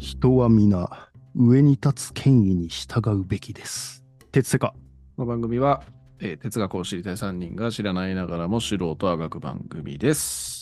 人は皆上に立つ権威に従うべきです。哲世か。 この番組は、哲学を知りたい3人が知らないながらも素人あがく番組です。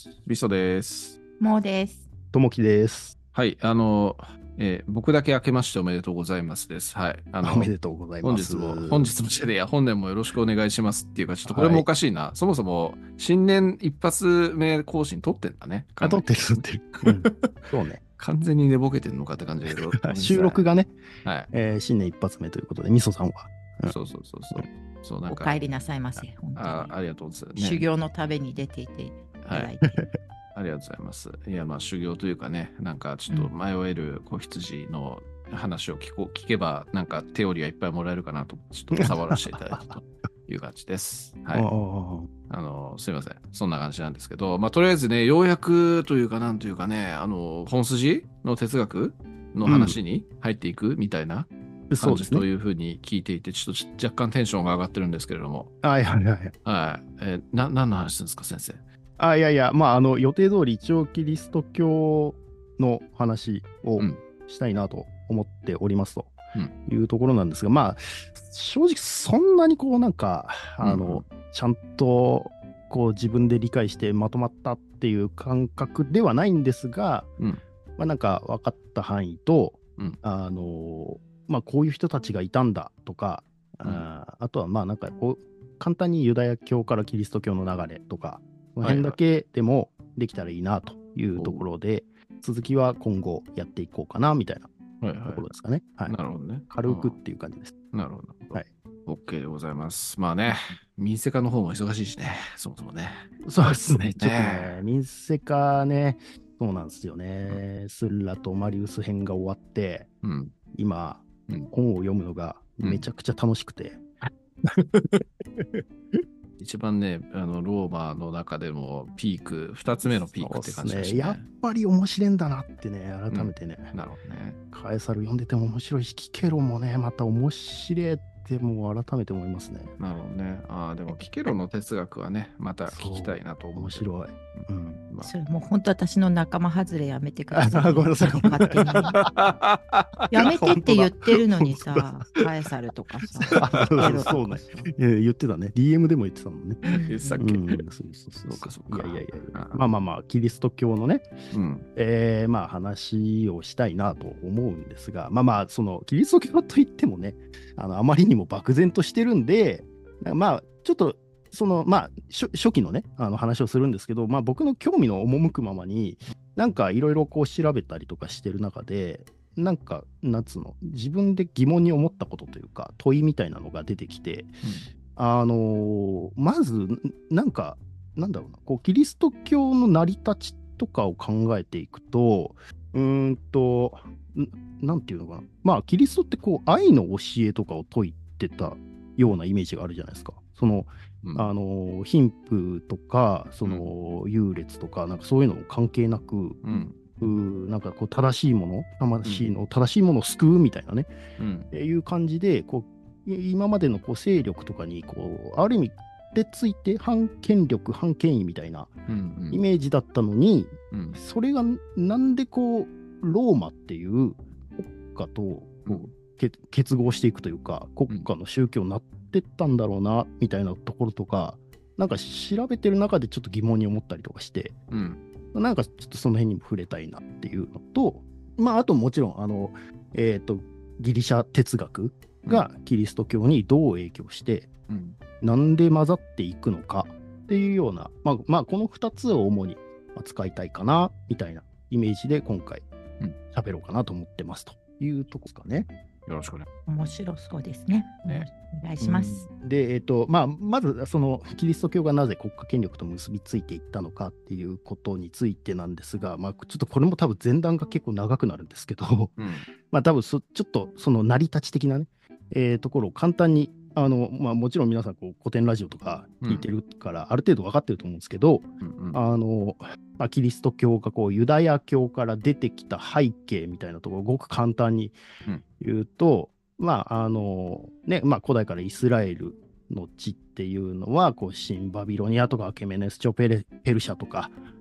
ビストです。 もうです。 ともきです。 はい、僕だけ明けましておめでとうございますです。はい。 おめでとうございます。 本日もしてねや、本年もよろしくお願いしますっていうか、ちょっとこれもおかしいな。そもそも、新年一発目更新撮ってんだね。 撮ってる。そうね。 完全に寝ぼけてんのかって感じだけど。 収録がね、 はい、 新年一発目ということで、みそさんは。 そうなんかお帰りなさいませ。本当にありがとうございます、 修行のために出ていていただいて。 ありがとうございます。いや、まあ、修行というかね、なんかちょっと迷える子羊の話を聞けば、なんかテオリーがいっぱいもらえるかなと、ちょっと触らせていただいたという感じです。はい。すいません。そんな感じなんですけど、まあ、とりあえずね、ようやくというか、なんというかね、本筋の哲学の話に入っていくみたいな感じというふうに聞いていて、ちょっと若干テンションが上がってるんですけれども。 はい。 何の話するんですか、先生。 いや、まあ、予定通り一応キリスト教の話をしたいなと思っておりますというところなんですが、まあ、正直そんなにこうなんか、ちゃんとこう自分で理解してまとまったっていう感覚ではないんですが、まあなんか分かった範囲と、まあこういう人たちがいたんだとか、あとはまあなんかこう簡単にユダヤ教からキリスト教の流れとか、この辺だけでもできたらいいなというところで、続きは今後やっていこうかなみたいなところですかね。 なるほどね。 軽くっていう感じです。 なるほど。 はい。 OK でございます。まあね、民生化の方も忙しいしね、そもそもね。 そうですね。ちょっとね、民生化ね、そうなんですよね。スッラとマリウス編が終わって、今、本を読むのがめちゃくちゃ楽しくて。 一番ね、ローマの中でもピーク、2つ目のピークって感じですね。 やっぱり面白いんだなってね、改めてね。 なるほどね。 カエサル読んでても面白いし、キケロもね、また面白いってもう改めて思いますね。 なるほどね。でもキケロの哲学はね、また聞きたいなと思う。 面白い。 それもう本当私の仲間外れやめてください。 ごめんなさい。 やめてって言ってるのにさ、カエサルとかさ。 そうね。言ってたね。DM でも言ってたもんね。 言ってたっけ？ そうか。いや。まあ、キリスト教のね、まあ話をしたいなと思うんですが、まあ、そのキリスト教といってもね、あまりにも漠然としてるんで、まあ、ちょっと、まあ、初期のね、話をするんですけど、まあ、僕の興味の赴くままに、なんかいろいろこう調べたりとかしてる中で、なんか、自分で疑問に思ったことというか、問いみたいなのが出てきて、まず、なんだろうな、こう、キリスト教の成り立ちとかを考えていくと、なんていうのかな。まあ、キリストってこう、愛の教えとかを説いてたようなイメージがあるじゃないですか。貧富とか、優劣とか、なんかそういうの関係なく、なんかこう正しいもの、正しいものを救うみたいなね、いう感じで、こう今までのこう勢力とかにこうある意味でついて反権力、反権威みたいなイメージだったのに、それがなんでこうローマっていう国家とこう結合していくというか、国家の宗教になってったんだろうなみたいなところとか、なんか調べてる中でちょっと疑問に思ったりとかして、なんかちょっとその辺にも触れたいなっていうのと、まああともちろんギリシャ哲学がキリスト教にどう影響して、なんで混ざっていくのかっていうような、まあこの2つを主に使いたいかなみたいなイメージで今回喋ろうかなと思ってますというとこですかね。 よろしくね。 面白そうですね。お願いします。 で、まずそのキリスト教がなぜ国家権力と結びついていったのかっていうことについてなんですが、まあ、ちょっとこれも多分前段が結構長くなるんですけど、まあ多分ちょっとその成り立ち的なね、ところを簡単にまあ、もちろん皆さんこう古典ラジオとか聞いてるから、ある程度分かってると思うんですけど、まあ、キリスト教がこうユダヤ教から出てきた背景みたいなところをごく簡単に言うと、まあまあ、古代からイスラエルの地っていうのはこう新バビロニアとかアケメネス朝ペルシャとか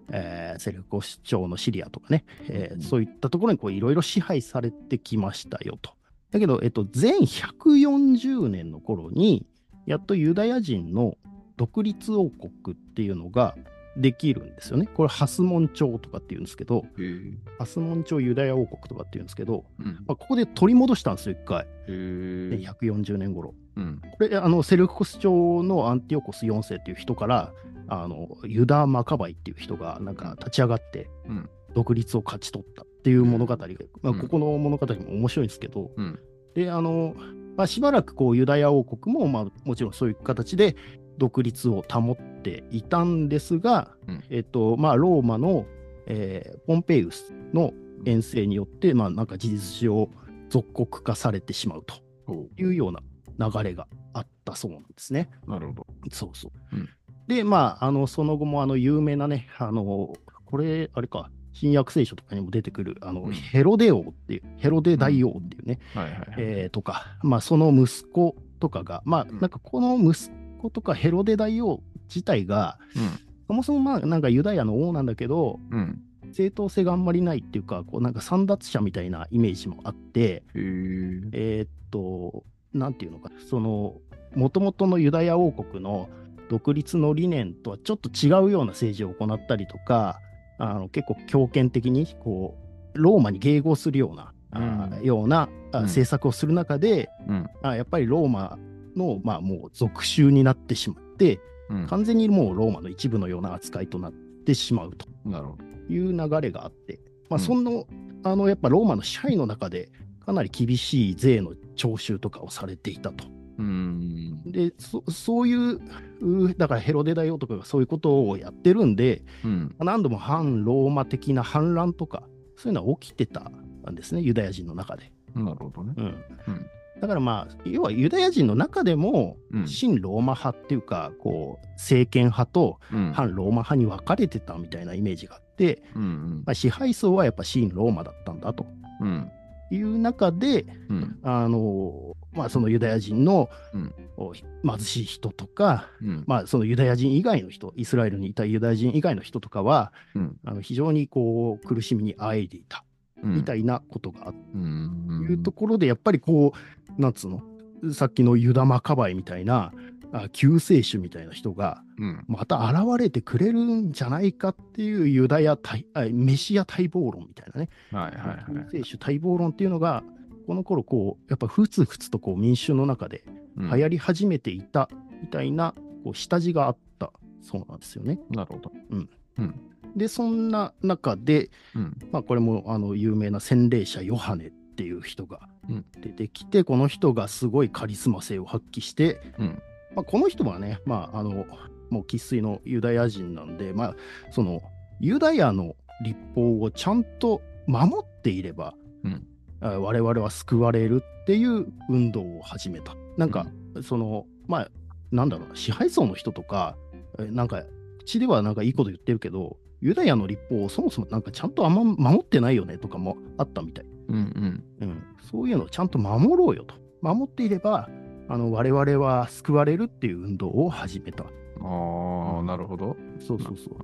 セルコス朝のシリアとかね、そういったところにいろいろ支配されてきましたよと。だけど、前140年の頃に、やっとユダヤ人の独立王国っていうのができるんですよね。これ、ハスモン朝とかっていうんですけど、ハスモン朝ユダヤ王国とかっていうんですけど、ここで取り戻したんですよ、一回。140年頃。これ、セルコス朝のアンティオコス4世っていう人から、ユダ・マカバイっていう人がなんか立ち上がって、独立を勝ち取ったっていう物語が、ここの物語も面白いんですけど、で、しばらくユダヤ王国も、もちろんそういう形で独立を保っていたんですが、ローマの、ポンペイウスの遠征によって、なんか事実上属国化されてしまうというような流れがあったそうなんですね。 なるほど。 そうそう。で、その後も有名なね、これ、あれか、新約聖書とかにも出てくる、ヘロデ王っていう、ヘロデ大王っていうね、とか、その息子とかが、なんかこの息子とかヘロデ大王自体が、そもそもなんかユダヤの王なんだけど、正当性があんまりないっていうか、なんか散奪者みたいなイメージもあって、なんていうのか、もともとのユダヤ王国の独立の理念とはちょっと違うような政治を行ったりとか、結構強権的にローマに迎合するような、政策をする中で、やっぱりローマの、もう属州になってしまって、完全にもうローマの一部のような扱いとなってしまうという流れがあって、やっぱローマの支配の中でかなり厳しい税の徴収とかをされていたと。でそういうだからヘロデ大王とかがそういうことをやってるんで、何度も反ローマ的な反乱とかそういうのは起きてたんですね、ユダヤ人の中で。 なるほどね。 だから要はユダヤ人の中でも、親ローマ派っていうか政権派と反ローマ派に分かれてたみたいなイメージがあって、支配層はやっぱ親ローマだったんだと。いう中で、そのユダヤ人の、貧しい人とか、そのユダヤ人以外の人、イスラエルにいたユダヤ人以外の人とかは、非常に苦しみにあえいでいたみたいなことがあるというところで、やっぱりなんつうの、さっきのユダマカバイみたいな救世主みたいな人がまた現れてくれるんじゃないかっていうユダヤメシア待望論みたいなね、救世主待望論っていうのがこの頃やっぱふつふつと民衆の中で流行り始めていたみたいな下地があったそうなんですよね。 なるほど。 でそんな中で、これも有名な洗礼者ヨハネっていう人が出てきて、この人がすごいカリスマ性を発揮して、この人はね、もう生粋のユダヤ人なんで、そのユダヤの律法をちゃんと守っていれば、我々は救われるっていう運動を始めた。なんか、なんだろうな、支配層の人とか、なんか口ではなんかいいこと言ってるけど、ユダヤの律法をそもそもなんかちゃんとあんま守ってないよねとかもあったみたい。そういうのをちゃんと守ろうよと。守っていれば、我々は救われるっていう運動を始めた。 なるほど。 そうそうそう。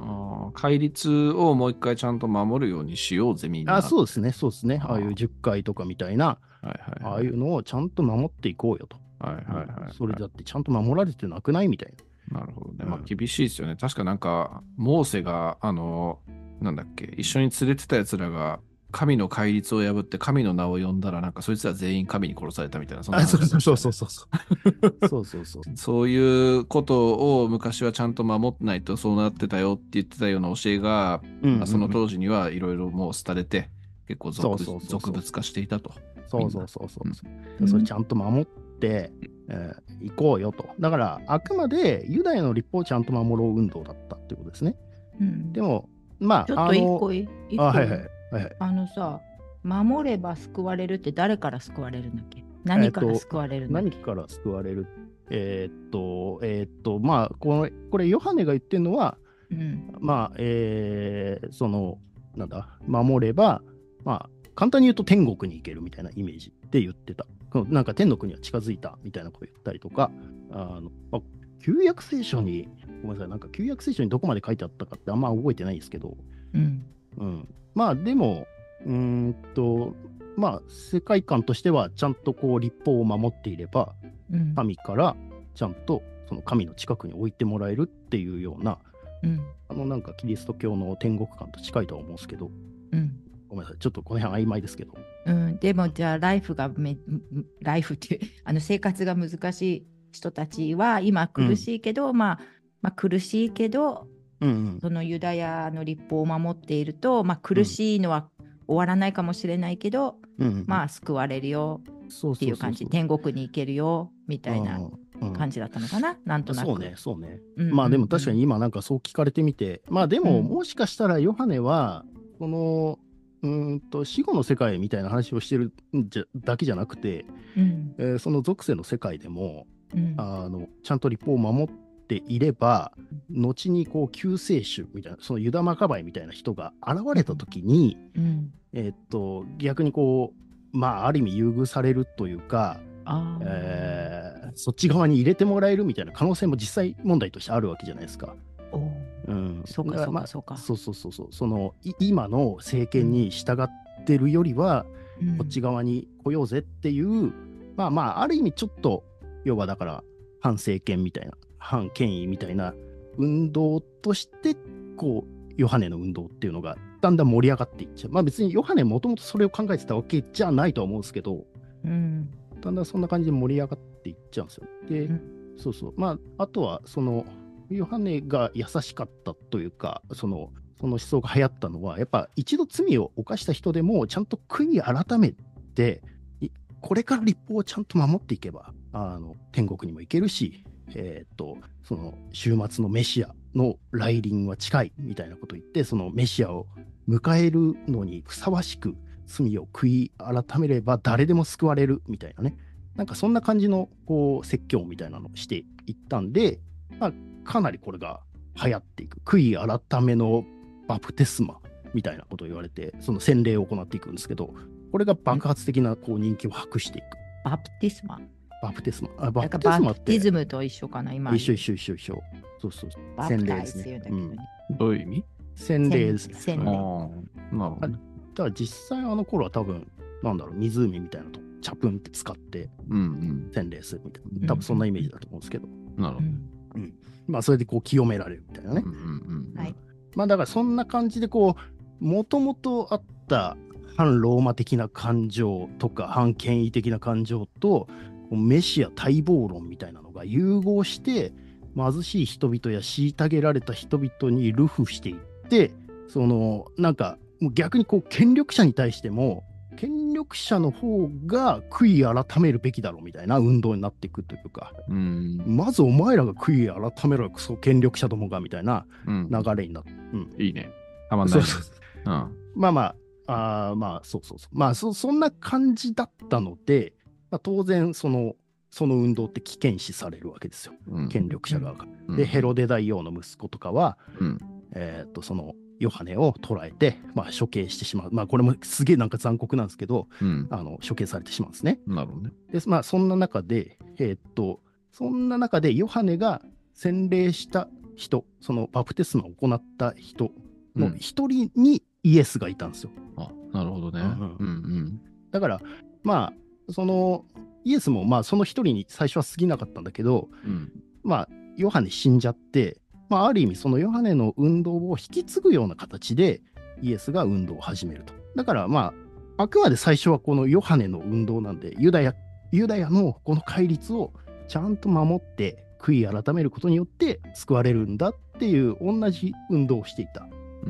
戒律をもう一回ちゃんと守るようにしようぜ、みんな。 そうですね、そうですね。ああいう10回とかみたいな、ああいうのをちゃんと守っていこうよと。それだってちゃんと守られてなくないみたいな。なるほどね。厳しいですよね。確かなんか、モーセが、なんだっけ、一緒に連れてたやつらが、神の戒律を破って神の名を呼んだら、なんかそいつら全員神に殺されたみたいな、そんな話、 そうそうそう。 そういうことを昔はちゃんと守ってないとそうなってたよって言ってたような教えが、その当時にはいろいろもう廃れて、結構俗物化していたと。 そう。それちゃんと守っていこうよと。だから、あくまでユダヤの律法をちゃんと守ろう運動だったってことですね。でも、 ちょっと一個いい。さ、守れば救われるって誰から救われるんだっけ？何から救われるんだっけ？ 何から救われる？これヨハネが言ってるのは、なんだ、守れば、簡単に言うと天国に行けるみたいなイメージで言ってた。なんか天の国は近づいたみたいなことを言ったりとか、旧約聖書にごめんなさい、なんか旧約聖書にどこまで書いてあったかってあんま覚えてないですけど、まあでも、まあ世界観としてはちゃんとこう律法を守っていれば、神からちゃんとその神の近くに置いてもらえるっていうような、なんかキリスト教の天国観と近いとは思うんですけど、ごめんなさい、ちょっとこの辺曖昧ですけど。 でもじゃあライフっていう生活が難しい人たちは今苦しいけど、まあ苦しいけど、そのユダヤの律法を守っていると、まあ苦しいのは終わらないかもしれないけど、まあ救われるよっていう感じ、天国に行けるよみたいな感じだったのかな、なんとなく。 そうね。まあでも確かに今なんかそう聞かれてみて、まあでももしかしたらヨハネはこの死後の世界みたいな話をしてるだけじゃなくて、その属世の世界でも、ちゃんと律法を守っていれば、後にこう救世主みたいな、そのユダマカバイみたいな人が現れた時に、逆にこう、まあある意味優遇されるというか、そっち側に入れてもらえるみたいな可能性も実際問題としてあるわけじゃないですか。 そうか。 そう。その今の政権に従ってるよりは、こっち側に来ようぜっていう、まあある意味ちょっと要はだから反政権みたいな反権威みたいな運動としてこうヨハネの運動っていうのがだんだん盛り上がっていっちゃう。まあ別にヨハネもともとそれを考えてたわけじゃないとは思うんですけど、だんだんそんな感じで盛り上がっていっちゃうんですよ。で、そう。まああとはそのヨハネが優しかったというか、その思想が流行ったのは、やっぱ一度罪を犯した人でもちゃんと悔い改めて、これから律法をちゃんと守っていけば、天国にも行けるし、その終末のメシアの来臨は近いみたいなことを言って、そのメシアを迎えるのにふさわしく罪を悔い改めれば誰でも救われるみたいなね、なんかそんな感じのこう説教みたいなのをしていったんで、まあかなりこれが流行っていく。悔い改めのバプテスマみたいなことを言われて、その洗礼を行っていくんですけど、これが爆発的なこう人気を博していく。 バプテスマバプテスマって。 バプティズムと一緒かな、今。 一緒。そう。洗礼ですね。 どういう意味？ 洗礼ですね。 洗礼。 なるほど。 だから実際あの頃は多分、なんだろう、湖みたいなのとチャプンって使って洗礼するみたいな。多分そんなイメージだと思うんですけど。 なるほど。 まあそれでこう清められるみたいなね。まあだからそんな感じでこうもともとあった反ローマ的な感情とか反権威的な感情とメシア待望論みたいなのが融合して貧しい人々や虐げられた人々に流布していって、そのなんか逆にこう権力者に対しても権力者の方が悔い改めるべきだろうみたいな運動になっていくというか、まずお前らが悔い改めろよ、クソ権力者どもがみたいな流れになって、 いいね。たまんない。 まあそう。まあそんな感じだったので、まあ、当然その運動って危険視されるわけですよ、権力者側が。でヘロデ大王の息子とかは、そのヨハネを捕らえて、まあ、処刑してしまう。まあこれもすげえなんか残酷なんですけど、処刑されてしまうんですね。 なるほどね。 でまあそんな中でヨハネが洗礼した人、そのバプテスマを行った人の一人にイエスがいたんですよ。 なるほどね。 だからまあそのイエスもまあその一人に最初は過ぎなかったんだけど、まあヨハネ死んじゃって、まあ、ある意味そのヨハネの運動を引き継ぐような形でイエスが運動を始めると。だからまああくまで最初はこのヨハネの運動なんで、ユダヤのこの戒律をちゃんと守って悔い改めることによって救われるんだっていう同じ運動をしていた。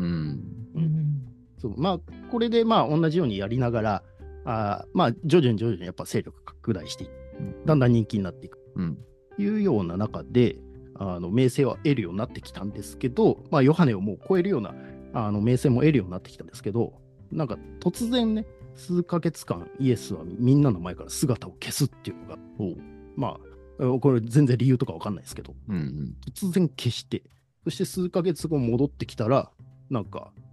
そう、まあこれでまあ同じようにやりながらまあ徐々にやっぱ勢力拡大していって、だんだん人気になっていくというような中で名声は得るようになってきたんですけど、まあ、ヨハネをもう超えるような名声も得るようになってきたんですけど、なんか突然ね、数ヶ月間イエスはみんなの前から姿を消すっていうのが、まあこれ全然理由とか分かんないですけど、突然消して、そして数ヶ月後戻ってきたら、なんか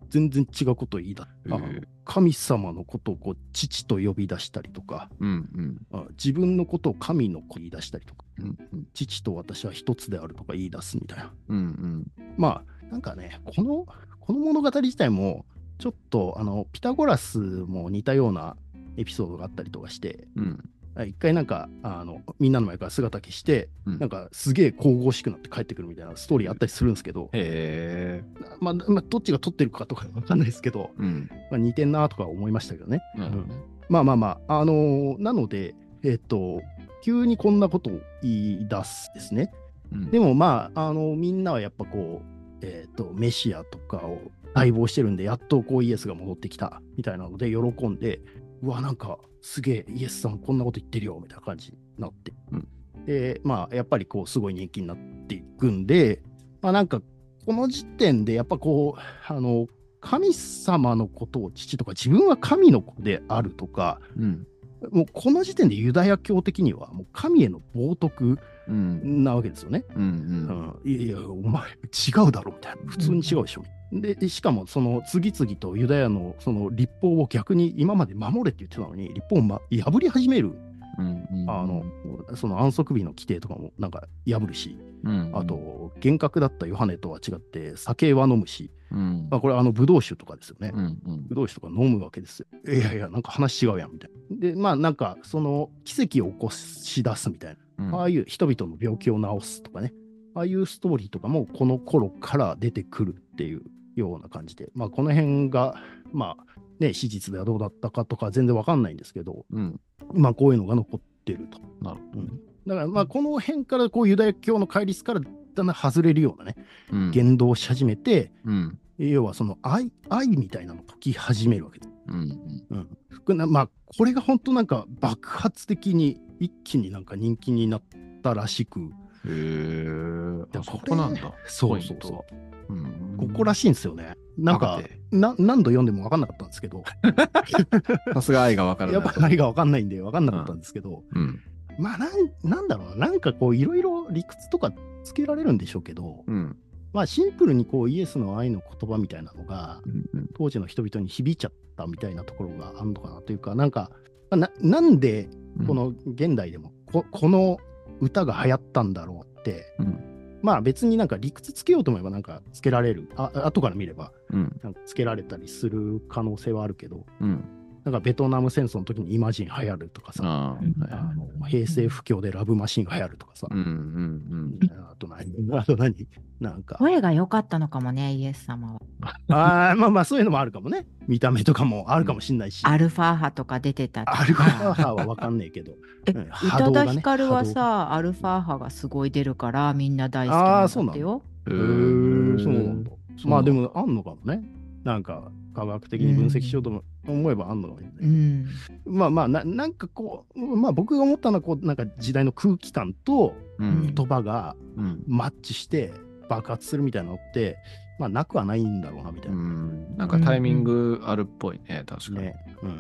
全然違うことを言い出す。神様のことをこう父と呼び出したりとか、自分のことを神の子と言い出したりとか、父と私は一つであるとか言い出すみたいな。まあなんかね、この物語自体もちょっとピタゴラスも似たようなエピソードがあったりとかして、一回なんかみんなの前から姿消して、なんかすげえ神々しくなって帰ってくるみたいなストーリーあったりするんですけど、まあどっちが撮ってるかとかわかんないですけど、まあ、似てんなとか思いましたけどね。まあなので急にこんなことを言い出すですね。でもまあみんなはやっぱこうメシアとかを待望してるんで、やっとこうイエスが戻ってきたみたいなので喜んで、うわなんかすげえイエスさんこんなこと言ってるよみたいな感じになって、でまあやっぱりこうすごい人気になっていくんで、まあなんかこの時点でやっぱこう神様のことを父とか自分は神の子であるとか、もうこの時点でユダヤ教的にはもう神への冒涜なわけですよね。いやお前違うだろみたいな、普通に違うでしょ。でしかもその次々とユダヤのその立法を逆に今まで守れって言ってたのに立法を破り始める。その安息日の規定とかもなんか破るし、あと厳格だったヨハネとは違って酒は飲むし、まあ、これブドウ酒とかですよね。ブドウ酒とか飲むわけですよ。いやいやなんか話違うやんみたいな。でまあなんかその奇跡を起こし出すみたいな、ああいう人々の病気を治すとかね、ああいうストーリーとかもこの頃から出てくるっていうような感じで、まあこの辺がまあね史実ではどうだったかとか全然わかんないんですけど、まあこういうのが残ってると。なるほど。だからまあこの辺からこうユダヤ教の戒律からだんだん外れるようなね、言動をし始めて、要はその愛みたいなのを解き始めるわけです。まあこれが本当なんか爆発的に一気になんか人気になったらしく。 そこなんだ。 そう。ここらしいんですよね。なんか何度読んでも分かんなかったんですけど。 さすが愛が分からない。 やっぱ愛が分かんないんで分かんなかったんですけど。まあなんだろうな、なんかこういろいろ理屈とかつけられるんでしょうけど、まあシンプルにこうイエスの愛の言葉みたいなのが、当時の人々に響いちゃったみたいなところがあるのかなというか、なんかなんでこの現代でもこの歌が流行ったんだろうって、まあ別になんか理屈つけようと思えばなんかつけられる、後から見ればなんかつけられたりする可能性はあるけど、なんかベトナム戦争の時にイマジン流行るとかさ、平成不況でラブマシンが流行るとかさ、あと何なんか声が良かったのかもね、イエス様は。まあそういうのもあるかもね。見た目とかもあるかもしれないし。 アルファ波とか出てたとか。 アルファ波は分かんないけど。 宇多田ヒカルはさ、アルファ波がすごい出るからみんな大好きなんだってよ。 そうなんだ。まあでもあんのかもね。なんか科学的に分析しようと思えばあんのかもしれない。まあなんかこう、まあ僕が思ったのはこうなんか時代の空気感と言葉がマッチして爆発するみたいなのって、まあなくはないんだろうなみたいな。 なんかタイミングあるっぽいね、確かに。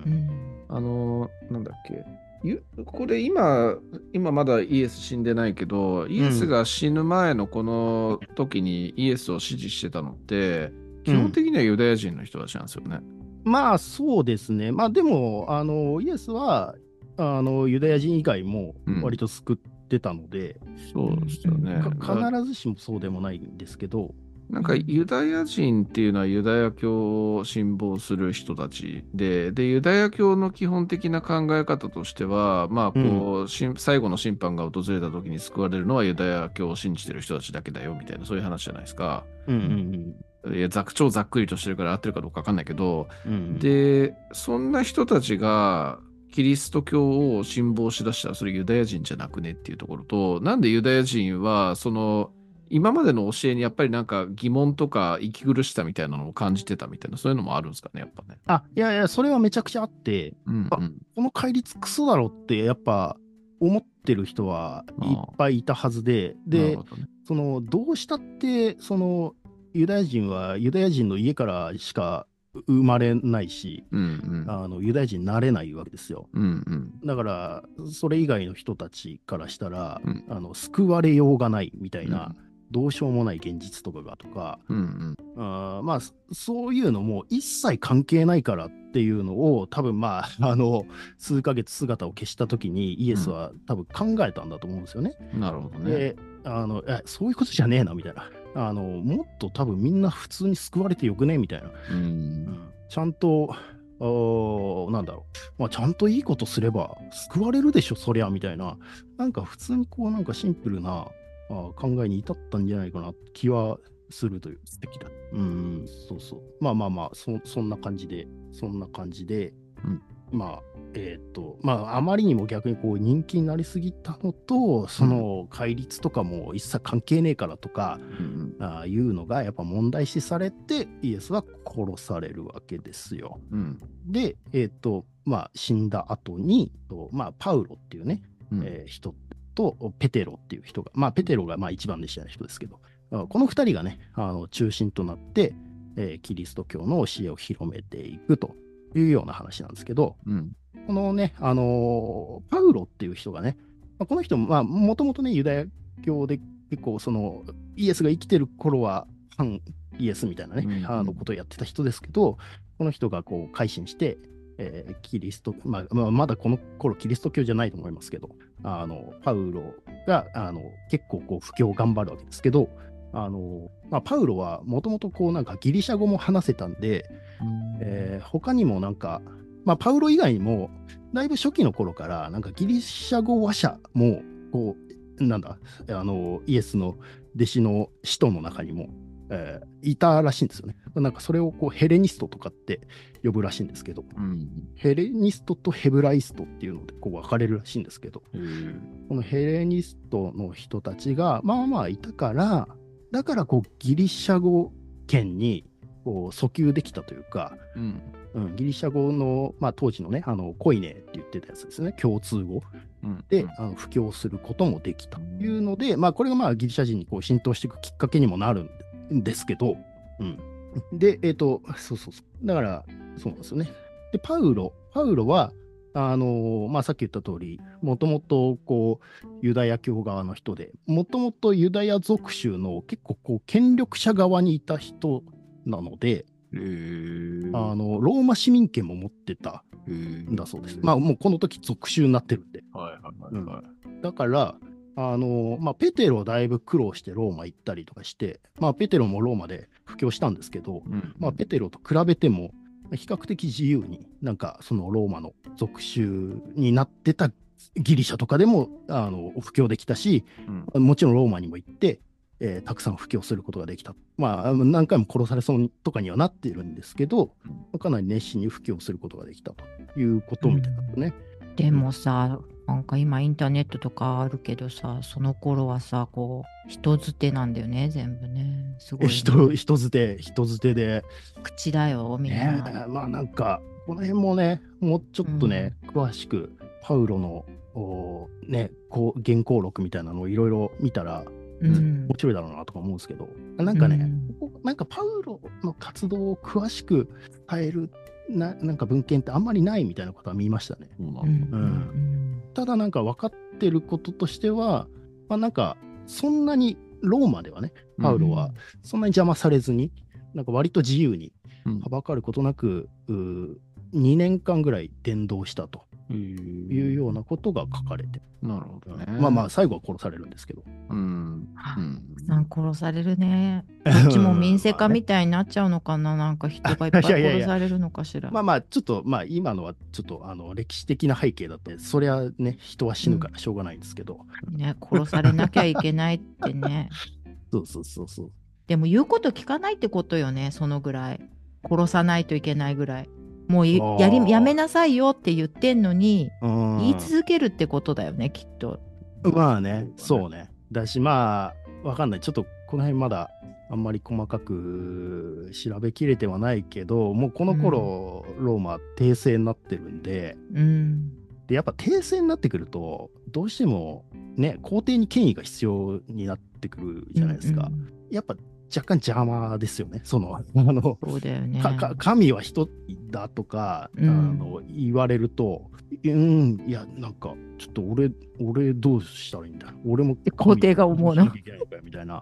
なんだっけ。これ今まだイエス死んでないけど、イエスが死ぬ前のこの時にイエスを支持してたのって、基本的にはユダヤ人の人たちなんですよね。 まあそうですね。まあでもイエスはユダヤ人以外も割と救ってたので、 そうですよね。 必ずしもそうでもないんですけど、 なんかユダヤ人っていうのはユダヤ教を信奉する人たちでユダヤ教の基本的な考え方としては、まあこう、最後の審判が訪れた時に救われるのはユダヤ教を信じてる人たちだけだよみたいな、そういう話じゃないですか。いや超ざっくりとしてるから合ってるかどうか分かんないけど、でそんな人たちがキリスト教を信奉しだしたらそれユダヤ人じゃなくねっていうところと、なんでユダヤ人はその今までの教えにやっぱりなんか疑問とか息苦しさみたいなのを感じてたみたいな、そういうのもあるんですかね、やっぱね。 いやそれはめちゃくちゃあって、この戒律クソだろってやっぱ思ってる人はいっぱいいたはずで、そのどうしたってそのユダヤ人はユダヤ人の家からしか生まれないし、ユダヤ人になれないわけですよ。だからそれ以外の人たちからしたら、救われようがないみたいなどうしようもない現実とかがとか、まあそういうのも一切関係ないからっていうのを多分まあ数ヶ月姿を消した時にイエスは多分考えたんだと思うんですよね。 なるほどね。 でそういうことじゃねえなみたいな、もっと多分みんな普通に救われてよくねみたいな、ちゃんとなんだろう、まあ、ちゃんといいことすれば救われるでしょそりゃみたいな、なんか普通にこうなんかシンプルな考えに至ったんじゃないかな気はするという。 素敵だ。 そうそう。まあそんな感じで、まああまりにも逆にこう人気になりすぎたのと、その戒律とかも一切関係ねえからとか、いうのがやっぱ問題視されてイエスは殺されるわけですよ。でまあ死んだ後にまあパウロっていうね、人とペテロっていう人が、まあペテロがまあ一番弟子な人ですけど、この2人がね中心となって、キリスト教の教えを広めていくというような話なんですけど、このねパウロっていう人がね、この人ももともとねユダヤ教で結構そのイエスが生きてる頃は反イエスみたいなね、ことをやってた人ですけど、この人がこう改心して、キリスト、まだこの頃キリスト教じゃないと思いますけど、パウロが結構こう布教を頑張るわけですけど、パウロはもともとこうなんかギリシャ語も話せたんで、他にもなんか、パウロ以外にもだいぶ初期の頃からなんかギリシャ語話者もこうなんだイエスの弟子の使徒の中にも、いたらしいんですよね。なんかそれをこうヘレニストとかって呼ぶらしいんですけど、ヘレニストとヘブライストっていうのでこう分かれるらしいんですけど、このヘレニストの人たちがまあまあいたから、だからこうギリシャ語圏にこう訴求できたというか、ギリシャ語の、当時のねコイネって言ってたやつですね、共通語で、布教することもできたというので、これがギリシャ人にこう浸透していくきっかけにもなるんですけど、でそうだからそうなんですよね。でパウロはさっき言った通り、もともとこうユダヤ教側の人で、もともとユダヤ属州の結構こう権力者側にいた人なので、ローマ市民権も持ってたんだそうです。もうこの時属州になってるんで。だからペテロはだいぶ苦労してローマ行ったりとかして、ペテロもローマで布教したんですけど、ペテロと比べても比較的自由になんかそのローマの属州になってたギリシャとかでも布教できたし、もちろんローマにも行って、たくさん布教することができた。何回も殺されそうとかにはなっているんですけど、かなり熱心に布教することができたということみたいなね。 でもさ、なんか今インターネットとかあるけどさ、その頃はさ、こう人づてなんだよね、全部ね。すごい、ね。人づてで。 口だよ、みんな。 なんかこの辺もね、もうちょっとね、詳しくパウロのこう原稿録みたいなのをいろいろ見たら、面白いだろうなとか思うんですけど、なんかね、なんかパウロの活動を詳しく伝えるなんか文献ってあんまりないみたいなことは見ましたね。ただなんか分かってることとしては、なんかそんなにローマではね、パウロはそんなに邪魔されずに、なんか割と自由にはばかることなく、2年間ぐらい伝道したというようなことが書かれて、 なるほどね。 最後は殺されるんですけど。 殺されるね。こっちも民生化みたいになっちゃうのかな、なんか人がいっぱい殺されるのかしら。 ちょっと今のはちょっと歴史的な背景だって、そりゃね人は死ぬからしょうがないんですけど、 ね、殺されなきゃいけないってね。 そう。 でも言うこと聞かないってことよね、そのぐらい。殺さないといけないぐらい。もうやめなさいよって言ってんのに、言い続けるってことだよね、きっと。 そうね。だしわかんない。ちょっとこの辺まだあんまり細かく調べきれてはないけど、もうこの頃、ローマ帝政になってるんで、でやっぱ帝政になってくるとどうしてもね皇帝に権威が必要になってくるじゃないですか。やっぱ若干邪魔ですよね。そうだよね。 神は一人だとか、言われると、いやなんかちょっと俺どうしたらいいんだ。俺も皇帝が思うのみたいな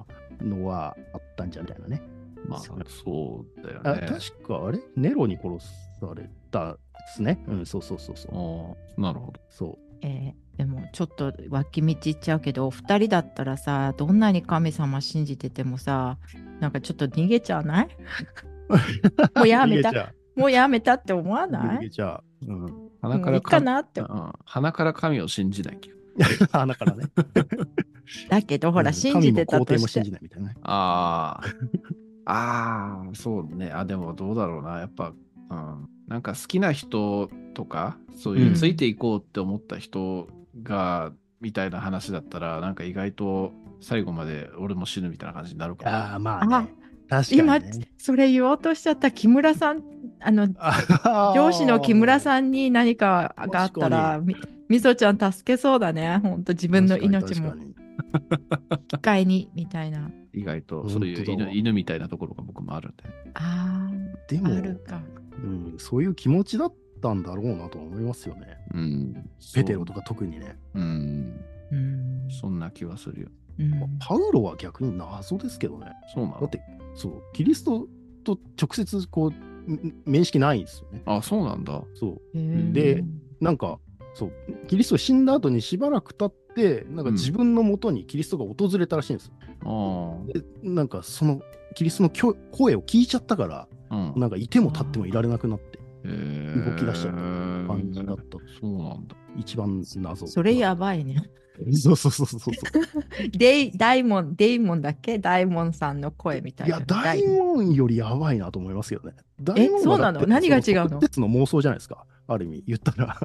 のはあったんじゃみたいなね。 まあ、そうだよね。 確か、あれネロに殺されたですね。そうそうそうそう。なるほど。 そう。 でもちょっと脇道行っちゃうけど、お二人だったらさ、どんなに神様信じててもさ、なんかちょっと逃げちゃわない？もうやめた。もうやめたって思わない？ 逃げちゃう。 鼻からかなって。 鼻から神を信じないけど。 鼻からね。 だけどほら、信じてたとして。 神も肯定も信じないみたいなね。 ああ、そうね。でもどうだろうな。やっぱ、なんか好きな人とか、そういうついていこうって思った人が、みたいな話だったら、なんか意外と最後まで俺も死ぬみたいな感じになるかな。 まあね。確かに、ね、 今、それ言おうとしちゃった。木村さん、上司の木村さんに何かがあったら、みそちゃん助けそうだね。ほんと自分の命も。機械にみたいな。 意外とそういう犬みたいなところが僕もあるんで。 でもあるか、 そういう気持ちだったんだろうなと思いますよね。ペテロとか特にね。 そんな気はするよ。 パウロは逆に謎ですけどね。 そうなの？ だってキリストと直接こう面識ないんですよね。 そうなんだ。 そうで、なんかキリスト死んだ後にしばらく経ってなんか自分のもとにキリストが訪れたらしいんですよ。でなんかそのキリストの声を聞いちゃったから、なんかいても立ってもいられなくなって動き出しちゃった感じだった。 そうなんだ。 一番謎。 それやばいね。 そうデイモンだっけ？ダイモンさんの声みたいな。 いや、ダイモンよりやばいなと思いますよね。 そうなの？何が違うの？ ソクラテスの妄想じゃないですか。ある意味言ったら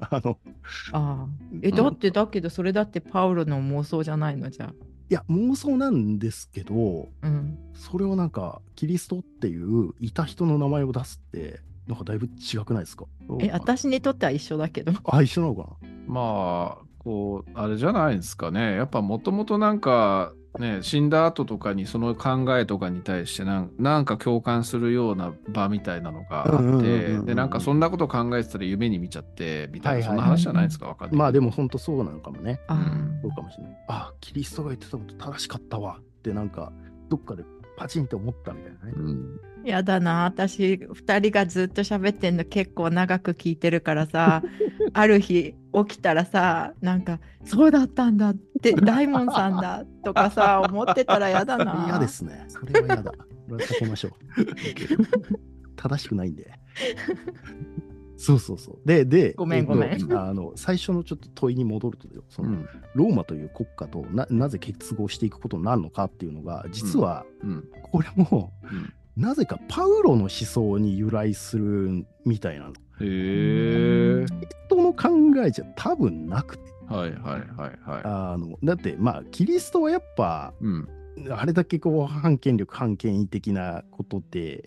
だけどそれだってパウロの妄想じゃないの？じゃあ。 いや、妄想なんですけど、それをなんかキリストっていういた人の名前を出すってなんかだいぶ違くないですか？ 私にとっては一緒だけど。 一緒なのかな。 まああれじゃないですかね。やっぱもともとなんかね、死んだ後とかにその考えとかに対してなんか共感するような場みたいなのがあって、でなんかそんなこと考えてたら夢に見ちゃってみたいな、そんな話じゃないですか。わかんない。 まあでも本当そうなのかもね。そうかもしれない。キリストが言ってたこと正しかったわってなんかどっかでパチンって思ったみたいなね。 やだな、私2人がずっと喋ってんの結構長く聞いてるからさある日起きたらさ、なんかそうだったんだって大門さんだとかさ思ってたらやだな。 嫌ですね。それは嫌だ。これは避けましょう。正しくないんで。そう。で、 ごめん。 最初のちょっと問いに戻ると、ローマという国家となぜ結合していくことになるのかっていうのが、実は、これも、なぜかパウロの思想に由来するみたいなの。人の考えじゃ多分なくて。だって、キリストはやっぱ、あれだけ反権力、反権威的なことで、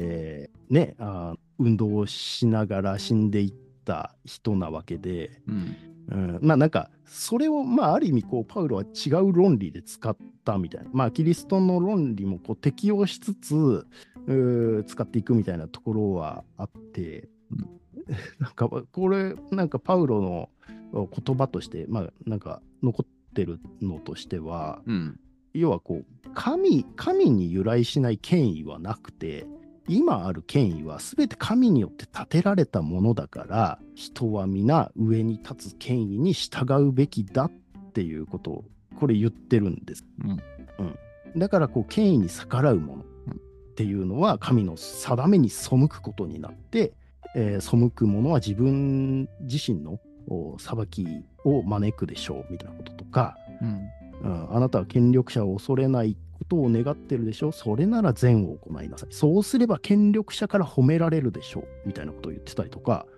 運動をしながら死んでいった人なわけで、なんかそれをある意味パウロは違う論理で使ったみたいな、キリストの論理も適用しつつ使っていくみたいなところはあって、なんかこれなんかパウロの言葉としてなんか残ってるのとしては、要は神に由来しない権威はなくて、今ある権威は全て神によって立てられたものだから、人は皆上に立つ権威に従うべきだっていうことをこれ言ってるんです。だから権威に逆らうものっていうのは神の定めに背くことになって、背くものは自分自身の裁きを招くでしょうみたいなこととか、あなたは権力者を恐れないことを願ってるでしょ、それなら善を行いなさい、そうすれば権力者から褒められるでしょうみたいなことを言ってたりとか、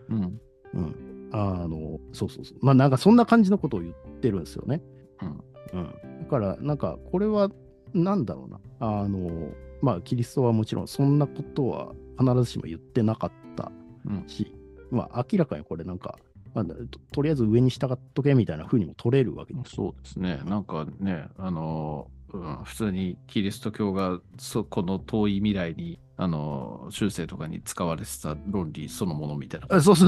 なんかそんな感じのことを言ってるんですよね。だからなんかこれはなんだろうな、キリストはもちろんそんなことは必ずしも言ってなかったし、明らかにこれなんかとりあえず上に従っとけみたいな風にも取れるわけです。 そうですね。なんかね、普通にキリスト教がこの遠い未来に中世とかに使われてた論理そのものみたいな。 そう。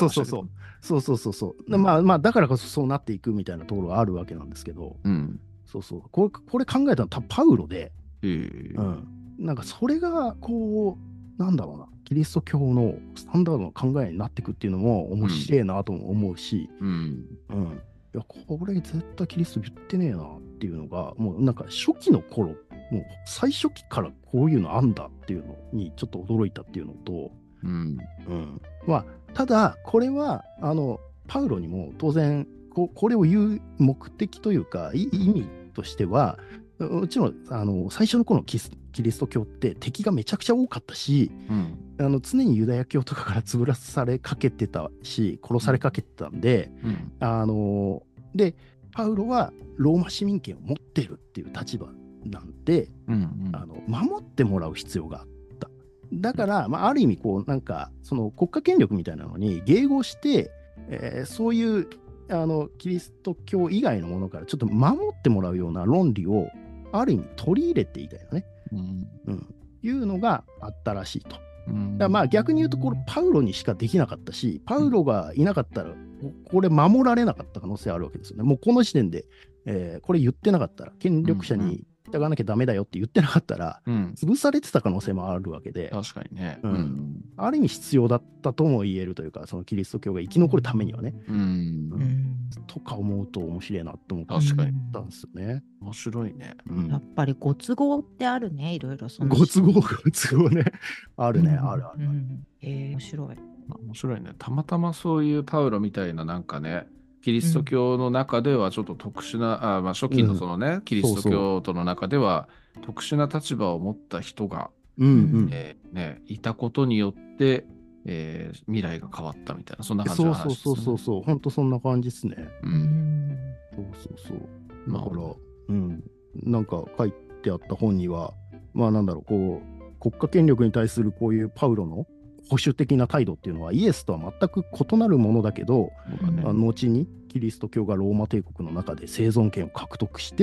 だからこそそうなっていくみたいなところがあるわけなんですけど、これ考えたのはパウロで、 なんかそれがこうなんだろうな、キリスト教のスタンダードの考えになっていくっていうのも面白いなとも思うし、いやこれ絶対キリスト言ってねえなっていうのが、もうなんか初期の頃、もう最初期からこういうのあんだっていうのにちょっと驚いたっていうのと、まあただこれはパウロにも当然これを言う目的というか意味としては、もちろん最初の頃のキリスト教って敵がめちゃくちゃ多かったし、常にユダヤ教とかから潰らされかけてたし殺されかけてたんで、でパウロはローマ市民権を持ってるっていう立場なんで、守ってもらう必要があった。だから、ある意味こうなんかその国家権力みたいなのに迎合して、そういうキリスト教以外のものからちょっと守ってもらうような論理をある意味取り入れていたよね、いうのがあったらしいと。だからまあ逆に言うとこれパウロにしかできなかったし、パウロがいなかったらこれ守られなかった可能性あるわけですよね。もうこの時点で、これ言ってなかったら、権力者に従わなきゃダメだよって言ってなかったら、潰されてた可能性もあるわけで、 確かにね、 ある意味必要だったとも言えるというか、そのキリスト教が生き残るためにはね、とか思うと面白いなと思ったんですよね。 面白いね、 やっぱりご都合ってあるね、いろいろそのご都合ね、あるね、ある。 面白い。 面白いね。たまたまそういうパウロみたいななんかね、キリスト教の中ではちょっと特殊な、初期のそのね、キリスト教徒の中では特殊な立場を持った人が、いたことによって、未来が変わったみたいな、そんな感じの話ですね。 そう、本当そんな感じですね。そう。だから、なんか書いてあった本には、なんだろう、こう、国家権力に対するこういうパウロの保守的な態度っていうのはイエスとは全く異なるものだけど、後にキリスト教がローマ帝国の中で生存権を獲得して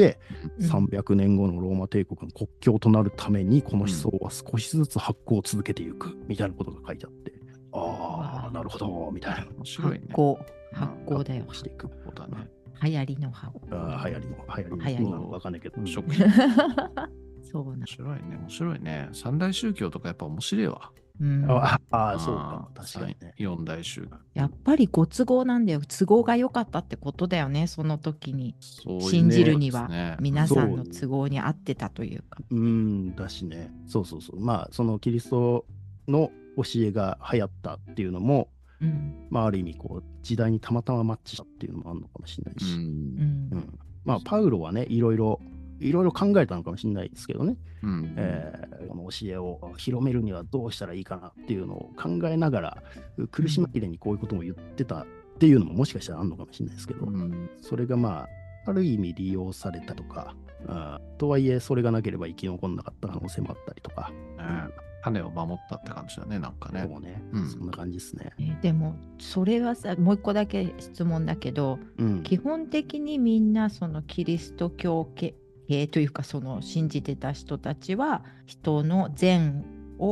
、300年後のローマ帝国の国境となるためにこの思想は少しずつ発行を続けていくみたいなことが書いてあって、なるほどみたいな。 面白いね。 発行だよ。 していくだね。 流行りの発行。 流行りなのか分かんないけど。 そうな。 面白いね。三大宗教とかやっぱ面白いわ。 そうか、確かにね。 四大宗教。 やっぱりご都合なんだよ。都合が良かったってことだよね、その時に。信じるには、皆さんの都合に合ってたというか。 だしね。そう。そのキリストの教えが流行ったっていうのも、ある意味こう時代にたまたまマッチしたっていうのもあるのかもしれないし、パウロはねいろいろ考えたのかもしれないですけどね、この教えを広めるにはどうしたらいいかなっていうのを考えながら苦し紛れにこういうことも言ってたっていうのももしかしたらあるのかもしれないですけど、それがある意味利用されたとか、とはいえそれがなければ生き残んなかった可能性もあったりとか、 種を守ったって感じだね、なんかね。 そうね、そんな感じですね。 でもそれはさ、もう一個だけ質問だけど、基本的にみんなそのキリスト教系というか、その信じてた人たちは人の善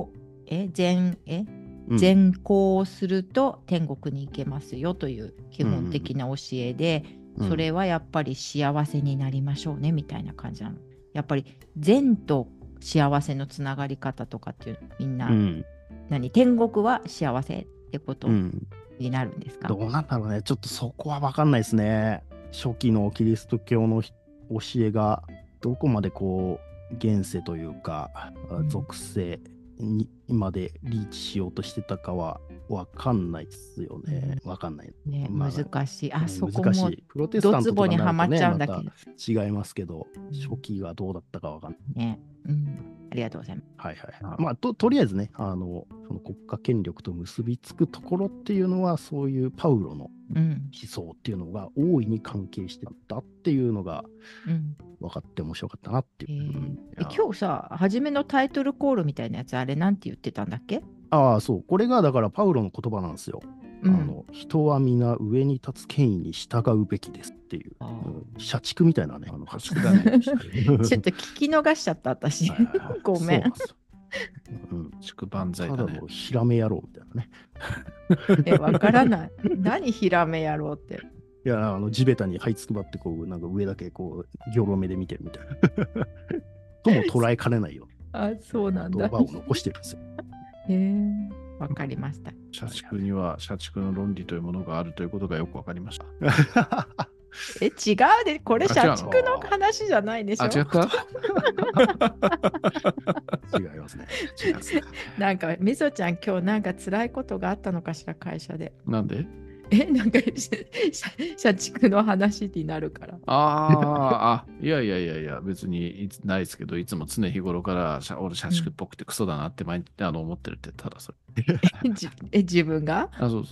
行をすると天国に行けますよという基本的な教えで、それはやっぱり幸せになりましょうねみたいな感じなの。やっぱり善と幸せのつながり方とかっていうみんな、天国は幸せってことになるんですか？ どうなんだろうね、ちょっとそこは分かんないですね。初期のキリスト教の教えがどこまでこう現世というか、属性にまでリーチしようとしてたかは分かんないですよね。分かんないね、 難しい。そこもプロテスタントとかになるとね、 ドツボにはまっちゃうんだけど、 違いますけど、初期はどうだったか分かんないね。ありがとうございます。 とりあえずね、その国家権力と結びつくところっていうのは、そういうパウロの思想っていうのが大いに関係してたっていうのが分かって面白かったなっていう。 今日さ、初めのタイトルコールみたいなやつ、あれなんて言ってたんだっけ？ そう、これがだからパウロの言葉なんですよ。人は皆上に立つ権威に従うべきですっていう、社畜みたいなね、 社畜だね。 ちょっと聞き逃しちゃった、私。ごめん。 畜万歳だね。 ただのヒラメ野郎みたいなね。 わからない。何ヒラメ野郎って。 いや、地べたに這いつくばって、こう、なんか上だけこう、ギョロ目で見てるみたいな。 とも捉えかねないよそうなんだ。 言葉を残してるんですよ。 わかりました。 社畜には社畜の論理というものがあるということがよくわかりました。 違うで、これ社畜の話じゃないでしょ。 違った？ 違いますね。違います。 なんかみそちゃん今日なんか辛いことがあったのかしら、会社で。 なんで？ なんか社畜の話になるから。 いや、別にないですけど、いつも常日頃から俺社畜っぽくてクソだなって毎日思ってるって、ただそれ。 自分が？ そう。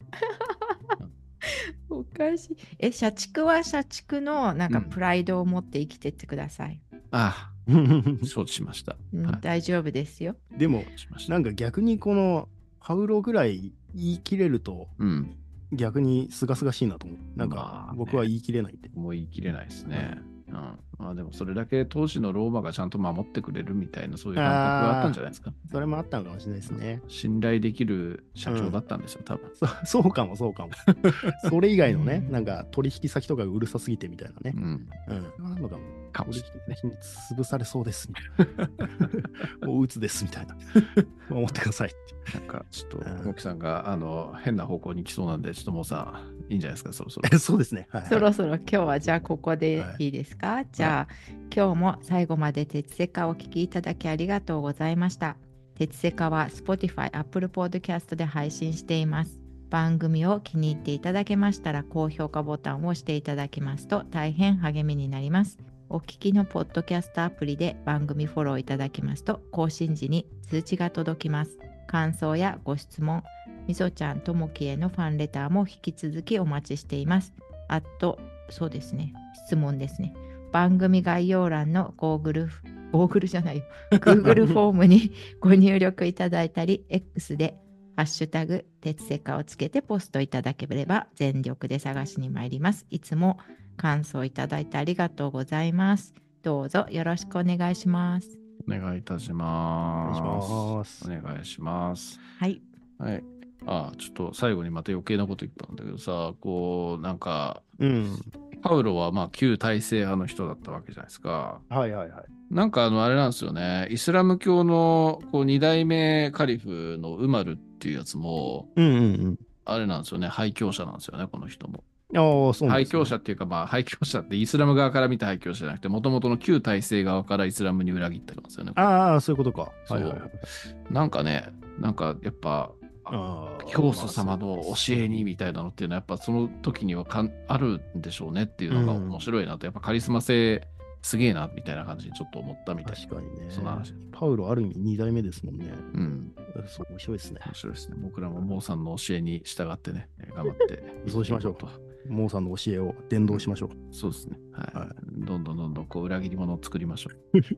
おかしい。社畜は社畜のなんかプライドを持って生きてってください。 承知しました。 大丈夫ですよ。 でも、なんか逆にこのパウロぐらい言い切れると、逆にすがすがしいなと思う。なんか僕は言い切れないんで。 もう言い切れないですね。でもそれだけ当時のローマがちゃんと守ってくれるみたいな、そういう感覚があったんじゃないですか。 それもあったのかもしれないですね。 信頼できる社長だったんですよ、多分。 そうかも。それ以外のね、なんか取引先とかがうるさすぎてみたいなね。なんのかも。取引先に潰されそうですみたいな。もう鬱ですみたいな。思ってくださいって。 なんかちょっと、もきさんが変な方向に来そうなんで、ちょっともうさ、いいんじゃないですか、そろそろ。 そうですね。 そろそろ今日はじゃあここでいいですか？じゃあ今日も最後まで鉄セカをお聞きいただきありがとうございました。鉄セカは Spotify、Apple Podcast で配信しています。番組を気に入っていただけましたら高評価ボタンを押していただきますと大変励みになります。お聞きのポッドキャストアプリで番組フォローいただきますと更新時に通知が届きます。感想やご質問、みそちゃんともきへのファンレターも引き続きお待ちしています。そうですね、質問ですね。番組概要欄のGoogle フォームにご入力いただいたり、X でハッシュタグ鉄セカをつけてポストいただければ全力で探しに参ります。いつも感想いただいてありがとうございます。どうぞよろしくお願いします。 お願いいたします。お願いします。 はい。 ちょっと最後にまた余計なこと言ったんだけどさ、なんか、パウロは旧体制派の人だったわけじゃないですか。なんかあれなんですよね、イスラム教の2代目カリフのウマルっていうやつも、あれなんですよね、廃教者なんですよね、この人も。廃教者っていうか、廃教者ってイスラム側から見た廃教者じゃなくて、もともとの旧体制側からイスラムに裏切ってるんですよね。 そういうことか。 なんかね、やっぱ、教祖様の教えにみたいなのっていうのは、やっぱその時にはあるんでしょうねっていうのが面白いなと、やっぱカリスマ性すげえなみたいな感じにちょっと思ったみたいな。 確かにね。 その話。 パウロある意味2代目ですもんね。そう、面白いですね。 面白いですね。僕らもモーさんの教えに従ってね、頑張って。 そうしましょうと。モーさんの教えを伝道しましょう。 そうですね。どんどん裏切り者を作りましょう。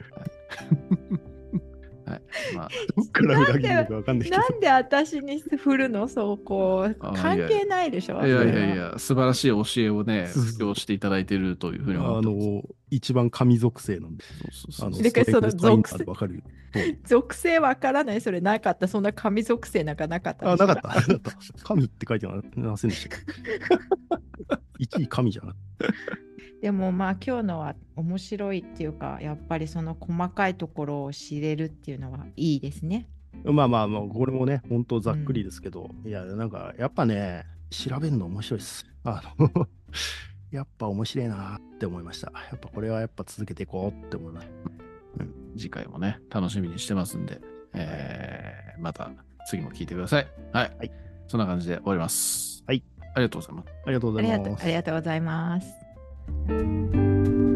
どっから裏切るのか分かんないけど。 なんで私に振るの？関係ないでしょ。 いや、素晴らしい教えをね、布教していただいているというふうに思ってます。 一番神属性なんで。 その属性分からない。それなかった。そんな神属性なんかなかった。 なかった。神って書いてませんでした。1位神じゃなかった。 でも今日のは面白いっていうか、やっぱりその細かいところを知れるっていうのはいいですね。 これもね、本当ざっくりですけど、いや、なんかやっぱね、調べるの面白いです。やっぱ面白いなって思いました。やっぱこれはやっぱ続けていこうって思います。 次回もね、楽しみにしてますんで、また次も聞いてください。はい。そんな感じで終わります。 はい。 ありがとうございます。 ありがとうございます。 ありがとうございます。